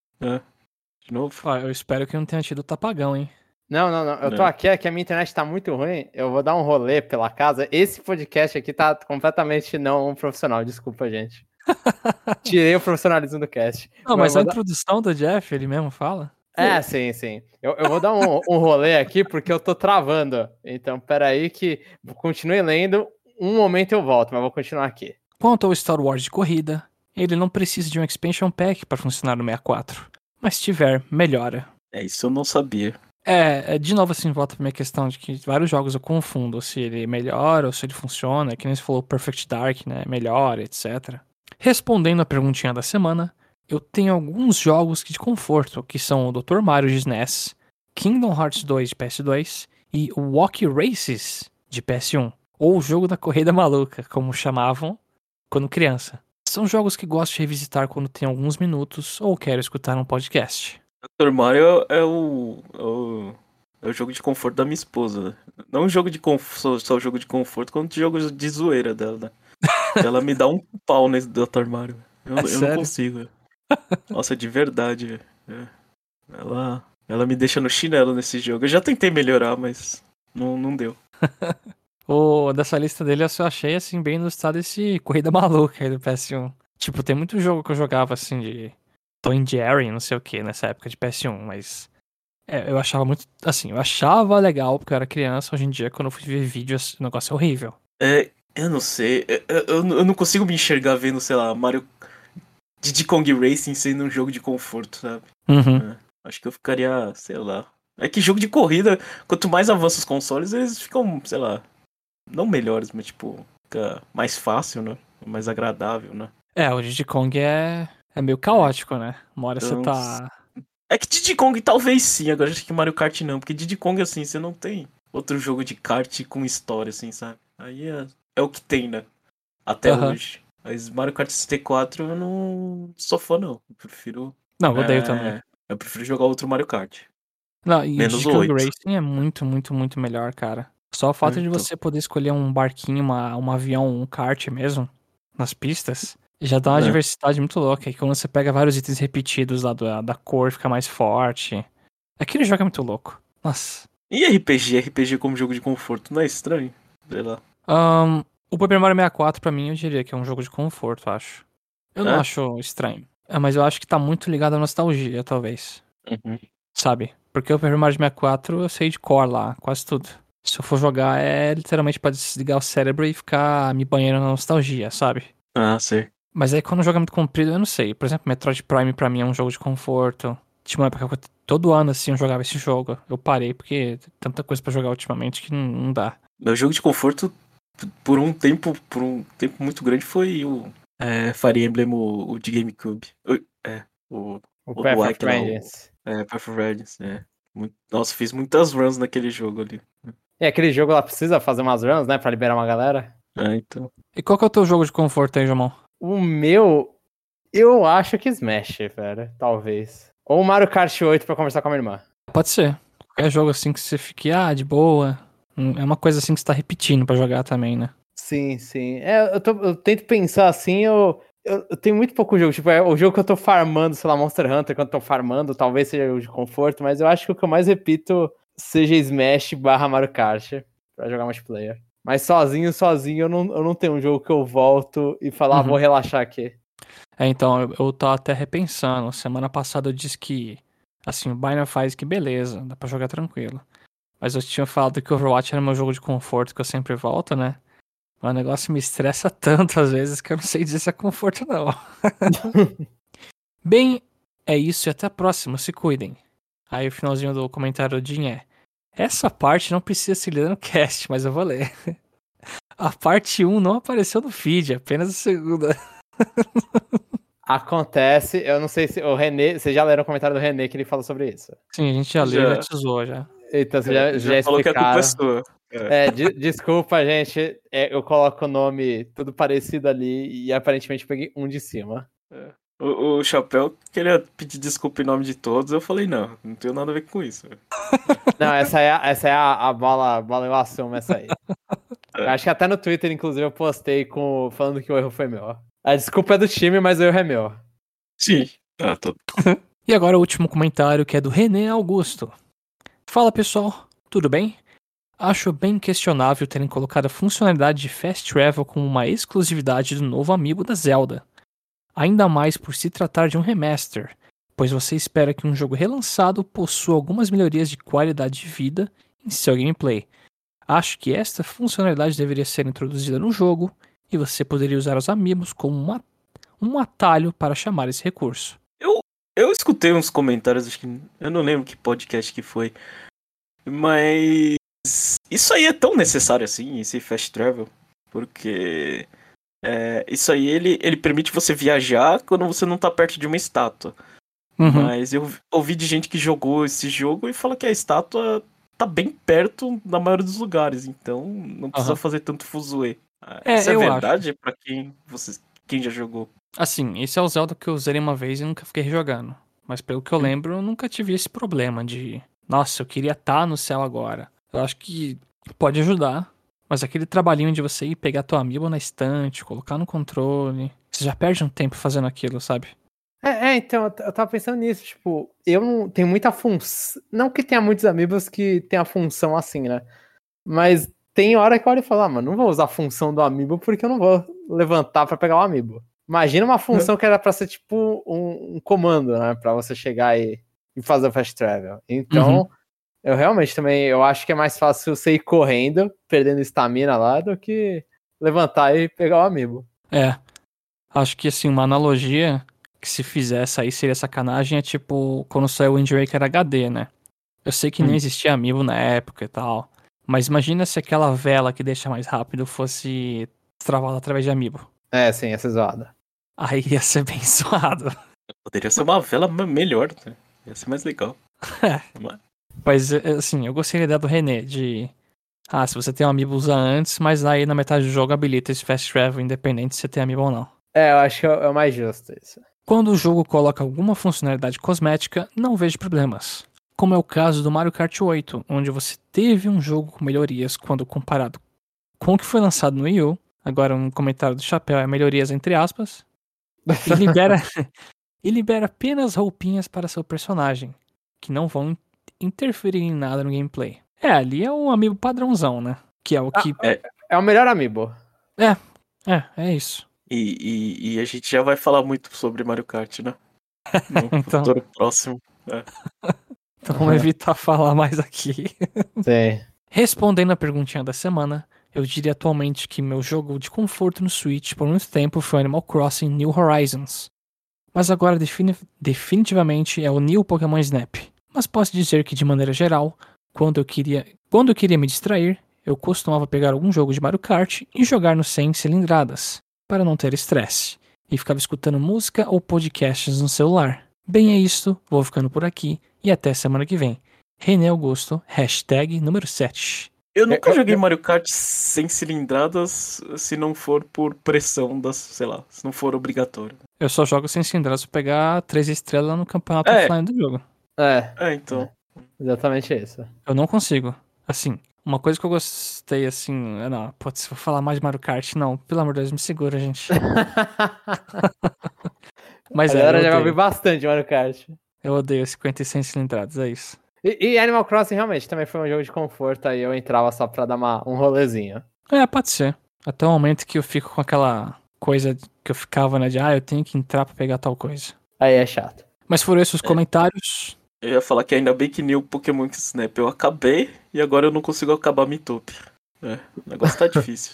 De novo. Ó, eu espero que não tenha tido tapagão, hein? Não. Eu tô aqui, é que a minha internet tá muito ruim. Eu vou dar um rolê pela casa. Esse podcast aqui tá completamente não profissional. Desculpa, gente. Tirei o profissionalismo do cast. Não, mas a introdução do Jeff, ele mesmo fala. Sim. Eu vou dar um rolê aqui porque eu tô travando. Então, peraí que continue lendo. Um momento eu volto, mas vou continuar aqui. Quanto ao Star Wars de corrida, ele não precisa de um expansion pack para funcionar no 64. Mas se tiver, melhora. Isso eu não sabia. De novo assim, volta pra minha questão de que vários jogos eu confundo se ele melhora ou se ele funciona, que nem você falou Perfect Dark, né, melhora, etc. Respondendo a perguntinha da semana, eu tenho alguns jogos de conforto, que são o Dr. Mario de SNES, Kingdom Hearts 2 de PS2 e o Walkie Races de PS1, ou o jogo da corrida maluca, como chamavam quando criança. São jogos que gosto de revisitar quando tenho alguns minutos ou quero escutar um podcast. Dr. Mario é o jogo de conforto da minha esposa, né? Não jogo de só jogo de conforto, quanto jogo de zoeira dela, né? Ela me dá um pau nesse Dr. Mario. Eu não consigo. Nossa, de verdade. Ela me deixa no chinelo nesse jogo. Eu já tentei melhorar, mas não deu. Dessa lista dele eu só achei assim bem no estado esse corrida maluca aí do PS1. Tipo, tem muito jogo que eu jogava assim de Tom Jerry, não sei o que, nessa época de PS1, mas eu achava muito, assim, eu achava legal porque eu era criança. Hoje em dia, quando eu fui ver vídeo, o negócio é horrível. Eu não sei, eu não consigo me enxergar vendo, sei lá, Mario Diddy Kong Racing sendo um jogo de conforto, sabe? Uhum. Acho que eu ficaria, sei lá. É que jogo de corrida, quanto mais avança os consoles, eles ficam, sei lá, não melhores, mas tipo, fica mais fácil, né? Mais agradável, né? O Diddy Kong é É meio caótico, né? Uma hora você Então, tá... É que Diddy Kong talvez sim, agora acho que Mario Kart não, porque Diddy Kong, assim, você não tem outro jogo de kart com história, assim, sabe? Aí é o que tem, né? Até Aham. hoje. Mas Mario Kart 64 eu não sou fã, não. Não, eu odeio também. Eu prefiro jogar outro Mario Kart. Não, e o Menos Diddy o Kong 8. Racing é muito, muito, muito melhor, cara. Só o fato de Então. você poder escolher um barquinho, um avião, um kart mesmo, nas pistas, já dá uma É. diversidade muito louca. E quando você pega vários itens repetidos lá da cor, fica mais forte. Aquele jogo é muito louco. Nossa. E RPG? RPG como jogo de conforto, não é estranho? Sei lá. O Paper Mario 64, pra mim, eu diria que é um jogo de conforto, acho. Eu não É? acho estranho. Mas eu acho que tá muito ligado à nostalgia, talvez. Uhum. Sabe? Porque o Paper Mario 64 eu sei de cor lá, quase tudo. Se eu for jogar, é literalmente pra desligar o cérebro e ficar me banhando na nostalgia, sabe? Ah, sei. Mas aí quando o jogo é muito comprido, eu não sei. Por exemplo, Metroid Prime pra mim é um jogo de conforto. Tinha uma época que todo ano assim eu jogava esse jogo. Eu parei porque tem tanta coisa pra jogar ultimamente que não dá. Meu jogo de conforto, por um tempo muito grande, foi o Fire Emblem, o de GameCube. O O Path do of Ike lá, Vengeance. Path of Radiance, Nossa, fiz muitas runs naquele jogo ali. E aquele jogo lá precisa fazer umas runs, né? Pra liberar uma galera. Então. E qual que é o teu jogo de conforto aí, Jamon? O meu, eu acho que Smash, velho. Talvez. Ou Mario Kart 8 pra conversar com a minha irmã. Pode ser. Qualquer jogo assim que você fique, de boa. É uma coisa assim que você tá repetindo pra jogar também, né? Sim, sim. Eu tento pensar assim, eu tenho muito pouco jogo. Tipo, é o jogo que eu tô farmando, sei lá, Monster Hunter, quando eu tô farmando, talvez seja o de conforto, mas eu acho que o que eu mais repito seja Smash / Mario Kart pra jogar multiplayer. Mas sozinho, eu não tenho um jogo que eu volto e falar, vou relaxar aqui. Então, eu tô até repensando. Semana passada eu disse que, assim, o Binary faz que beleza, dá pra jogar tranquilo. Mas eu tinha falado que o Overwatch era meu jogo de conforto, que eu sempre volto, né? Mas o negócio me estressa tanto às vezes que eu não sei dizer se é conforto, não. Bem, é isso e até a próxima, se cuidem. Aí o finalzinho do comentário do Jim é: essa parte não precisa se ler no cast, mas eu vou ler. A parte 1 não apareceu no feed, apenas a segunda. Acontece, eu não sei se o René, vocês já leram o comentário do René que ele falou sobre isso. Sim, a gente já leu, já te zoou já. Então, vocês já Falou que a culpa é explicaram. sua. Desculpa, gente. Eu coloco o nome tudo parecido ali e aparentemente peguei um de cima. O Chapéu queria pedir desculpa em nome de todos. Eu falei, não tenho nada a ver com isso. Não, essa é a bola eu assumo essa aí. Eu acho que até no Twitter, inclusive, eu postei falando que o erro foi meu. A desculpa é do time, mas o erro é meu. Sim. Tô. E agora o último comentário, que é do René Augusto. Fala pessoal, tudo bem? Acho bem questionável terem colocado a funcionalidade de Fast Travel como uma exclusividade do novo amiibo da Zelda. Ainda mais por se tratar de um remaster, pois você espera que um jogo relançado possua algumas melhorias de qualidade de vida em seu gameplay. Acho que esta funcionalidade deveria ser introduzida no jogo e você poderia usar os amiibos como um atalho para chamar esse recurso. Eu escutei uns comentários, acho que eu não lembro que podcast que foi, mas isso aí é tão necessário assim, esse Fast Travel, porque isso aí ele permite você viajar quando você não tá perto de uma estátua. Mas eu ouvi de gente que jogou esse jogo e fala que a estátua tá bem perto na maioria dos lugares, então não precisa fazer tanto fuzuê. Isso é verdade pra quem já jogou? Assim, esse é o Zelda que eu zerei uma vez e nunca fiquei jogando. Mas pelo que eu lembro, eu nunca tive esse problema de... Nossa, eu queria estar no céu agora. Eu acho que pode ajudar. Mas aquele trabalhinho de você ir pegar tua amiibo na estante, colocar no controle... Você já perde um tempo fazendo aquilo, sabe? Então, eu tava pensando nisso, tipo, eu não tenho muita função. Não que tenha muitos amigos que tenha função assim, né? Mas tem hora que eu olho e falo, mano, não vou usar a função do amiibo porque eu não vou levantar pra pegar o amiibo. Imagina uma função que era pra ser tipo um comando, né? Pra você chegar e fazer o fast travel. Então, eu realmente também, eu acho que é mais fácil você ir correndo, perdendo estamina lá, do que levantar e pegar o amiibo. Acho que assim, uma analogia que se fizesse aí seria sacanagem é tipo quando saiu o Wind Waker HD, né? Eu sei que nem existia amiibo na época e tal, mas imagina se aquela vela que deixa mais rápido fosse travada através de amiibo. Sim, essa é zoada. Aí ia ser bem zoado. Poderia ser uma vela melhor, né? Ia ser mais legal. Mas, assim, eu gostei da ideia do René, de... se você tem um amiibo, usa antes, mas aí na metade do jogo habilita esse Fast Travel, independente se você tem amiibo ou não. Eu acho que é o mais justo isso. Quando o jogo coloca alguma funcionalidade cosmética, não vejo problemas. Como é o caso do Mario Kart 8, onde você teve um jogo com melhorias quando comparado com o que foi lançado no Wii U. Agora um comentário do Chapéu é melhorias entre aspas. E libera apenas roupinhas para seu personagem, que não vão interferir em nada no gameplay. Ali é um amiibo padrãozão, né? Que é o que... É o melhor amiibo. É isso. E a gente já vai falar muito sobre Mario Kart, né? No Então- futuro próximo. Então vamos evitar falar mais aqui. Sim. Respondendo a perguntinha da semana, eu diria atualmente que meu jogo de conforto no Switch por muito tempo foi Animal Crossing New Horizons. Mas agora definitivamente é o New Pokémon Snap. Mas posso dizer que de maneira geral, quando eu queria me distrair, eu costumava pegar algum jogo de Mario Kart e jogar no 100 cilindradas, para não ter estresse, e ficava escutando música ou podcasts no celular. Bem, é isto, vou ficando por aqui e até semana que vem. René Augusto, hashtag número 7. Eu nunca joguei Mario Kart sem cilindradas se não for por pressão das, sei lá, se não for obrigatório. Eu só jogo sem cilindradas pra pegar 3 estrelas no campeonato É. offline do jogo. Então. Exatamente isso. Eu não consigo. Assim, uma coisa que eu gostei, assim... Não, putz, vou falar mais de Mario Kart. Não, pelo amor de Deus, me segura, gente. Mas A galera eu já vai ouvir odeio. bastante Mario Kart. Eu odeio 50 e 100 cilindradas, é isso. E Animal Crossing realmente também foi um jogo de conforto, aí eu entrava só pra dar um rolezinho. Pode ser. Até o momento que eu fico com aquela coisa que eu ficava, né? De, eu tenho que entrar pra pegar tal coisa. Aí é chato. Mas foram esses os comentários. Eu ia falar que ainda bem que New Pokémon Snap eu acabei e agora eu não consigo acabar Mitope. O negócio tá difícil.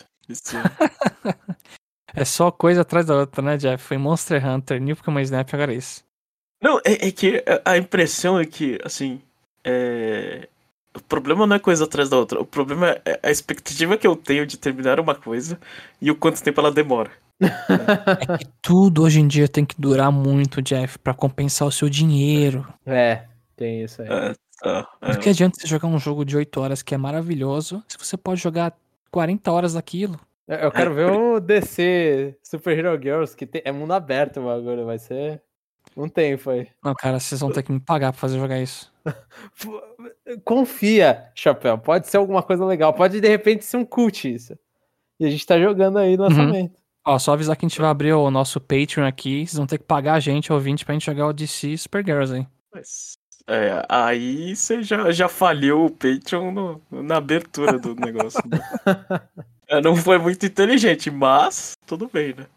É só coisa atrás da outra, né, Jeff? Foi Monster Hunter, New Pokémon Snap, agora é isso. Não, é que a impressão é que, assim, o problema não é coisa atrás da outra. O problema é a expectativa que eu tenho de terminar uma coisa e o quanto tempo ela demora. É que tudo hoje em dia tem que durar muito, Jeff, pra compensar o seu dinheiro. Tem isso aí. Por que adianta você jogar um jogo de 8 horas que é maravilhoso se você pode jogar 40 horas daquilo? Eu quero ver o DC Super Hero Girls, que é mundo aberto o bagulho, vai ser um tempo aí. Não, cara, vocês vão ter que me pagar pra fazer jogar isso. Confia, Chapéu, pode ser alguma coisa legal, pode de repente ser um cult isso. E a gente tá jogando aí no lançamento. Ó, só avisar que a gente vai abrir o nosso Patreon aqui, vocês vão ter que pagar a gente, ouvinte, pra gente jogar o DC Super Girls aí. Aí você já falhou o Patreon na abertura do negócio. Né? Não foi muito inteligente, mas tudo bem, né?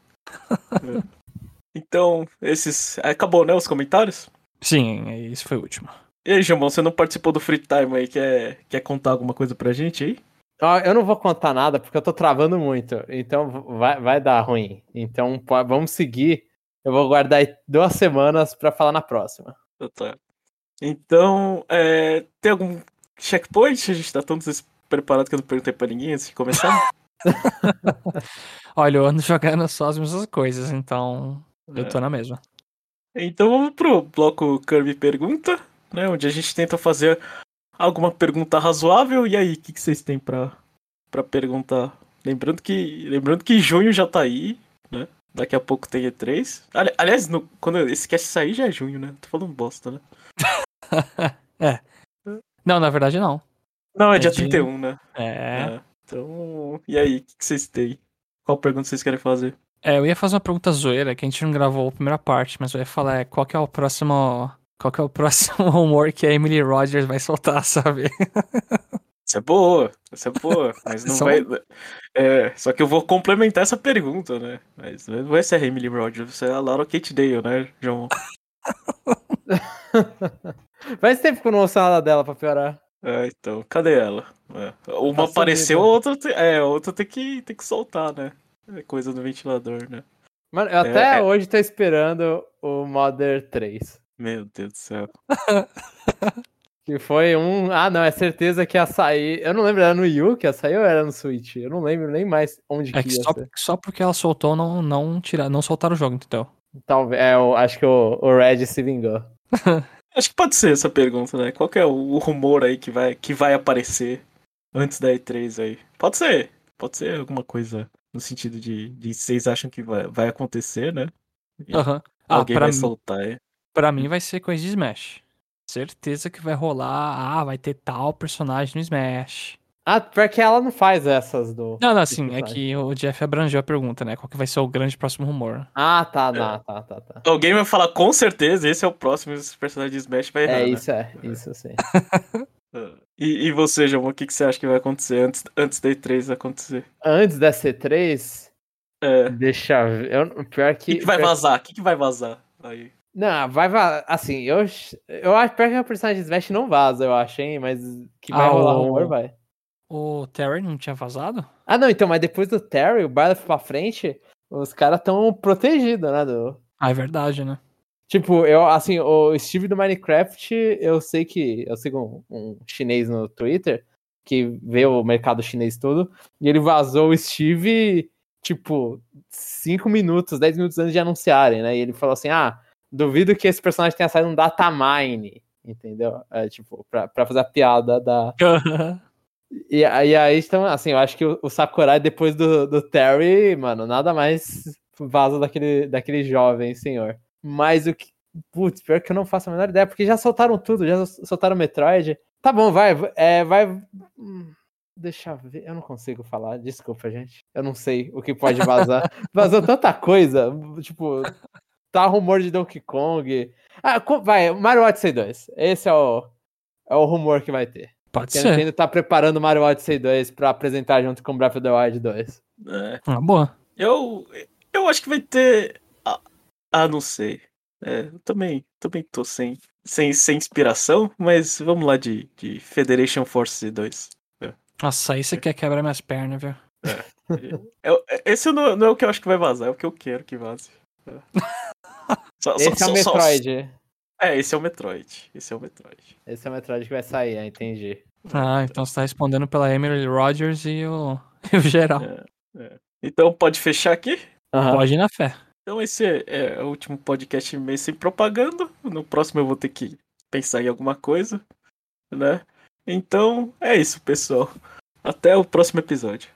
Então, acabou, né, os comentários? Sim, esse foi o último. E aí, Jamão, você não participou do Free Time aí? Quer contar alguma coisa pra gente aí? Eu não vou contar nada porque eu tô travando muito, então vai dar ruim. Então vamos seguir. Eu vou guardar aí 2 semanas pra falar na próxima. Tá. Então, tem algum checkpoint? A gente tá tão despreparado que eu não perguntei pra ninguém antes de começar. Olha, eu ando jogando só as mesmas coisas, então eu tô na mesma. Então vamos pro bloco Kirby Pergunta, né? Onde a gente tenta fazer alguma pergunta razoável. E aí, o que vocês têm pra perguntar? Lembrando que junho já tá aí, né? Daqui a pouco tem E3. Aliás, quando esse cast sair já é junho, né? Tô falando bosta, né? Não, na verdade não. Não, é dia 31, né? É. Então, e aí, o que vocês têm? Qual pergunta vocês querem fazer? Eu ia fazer uma pergunta zoeira, que a gente não gravou a primeira parte, mas eu ia falar qual que é o próximo rumor que a Emily Rogers vai soltar, sabe? Essa é boa, mas não vai... só que eu vou complementar essa pergunta, né? Mas não vai ser a Emily Rogers, vai ser a Laura Kate Dale, né, João? Faz tempo que eu não ouço nada dela pra piorar. Então, cadê ela? Uma Tá apareceu, sumida. a outra tem que soltar, né? É coisa do ventilador, né? Mano, eu até hoje tô esperando o Modern 3. Meu Deus do céu. Que foi um. Ah, não, é certeza que ia sair. Eu não lembro, era no Wii U que ia sair ou era no Switch? Eu não lembro nem mais onde É que que ia ser. só porque ela soltou, não soltaram o jogo, entendeu? Talvez. Eu acho que o Red se vingou. Acho que pode ser essa pergunta, né? Qual que é o rumor aí que vai aparecer antes da E3 aí? Pode ser alguma coisa no sentido de vocês acham que vai acontecer, né? E Aham. alguém vai soltar aí. Pra mim vai ser coisa de Smash. Certeza que vai rolar. Ah, vai ter tal personagem no Smash. Ah, porque ela não faz essas do. Não, do assim, é personagem. que o Jeff abrangeu a pergunta, né? Qual que vai ser o grande próximo rumor? Ah, tá, tá. Alguém vai falar com certeza, esse é o próximo, esse personagem de Smash vai errar, Isso sim. E você, João, o que você acha que vai acontecer antes da E3 acontecer? Antes da C3, É. deixa eu ver. Pior O que. que vai pior- vazar? O que vai vazar? Aí. Não, assim, eu acho pior que o personagem de Smash não vaza, eu acho, hein? Mas que vai Ah, rolar rumor, vai. o Terry não tinha vazado? Ah, não, então, mas depois do Terry, o Byleth pra frente, os caras tão protegidos, né? Ah, é verdade, né? Tipo, eu, assim, o Steve do Minecraft, eu sigo um chinês no Twitter, que vê o mercado chinês todo, e ele vazou o Steve, tipo, 5 minutos, 10 minutos antes de anunciarem, né? E ele falou assim, duvido que esse personagem tenha saído um datamine, entendeu? É, tipo, pra fazer a piada da... E aí, então, assim, eu acho que o Sakurai, depois do Terry, mano, nada mais vaza daquele jovem senhor. Mas o que. Putz, pior que eu não faço a menor ideia, porque já soltaram tudo, já soltaram Metroid. Tá bom, vai. Deixa eu ver, eu não consigo falar, desculpa, gente. Eu não sei o que pode vazar. Vazou tanta coisa, tipo, tá rumor de Donkey Kong. Vai, Mario Odyssey 2. Esse é o rumor que vai ter. Pode Que a ser. Nintendo tá preparando o Mario Odyssey 2 pra apresentar junto com Breath of the Wild 2. É. Boa. Eu acho que vai ter. Não sei. Eu também tô sem inspiração, mas vamos lá de Federation Force 2. Nossa, aí você quer quebrar minhas pernas, viu? Esse não é o que eu acho que vai vazar, é o que eu quero que vaze. Esse é o Metroid. Esse é o Metroid. Esse é o Metroid. Esse é o Metroid que vai sair, entendi. Ah, então você tá respondendo pela Emily Rogers e o geral. Então pode fechar aqui? Uhum. Pode ir na fé. Então esse é o último podcast mês sem propaganda. No próximo eu vou ter que pensar em alguma coisa, né? Então é isso, pessoal. Até o próximo episódio.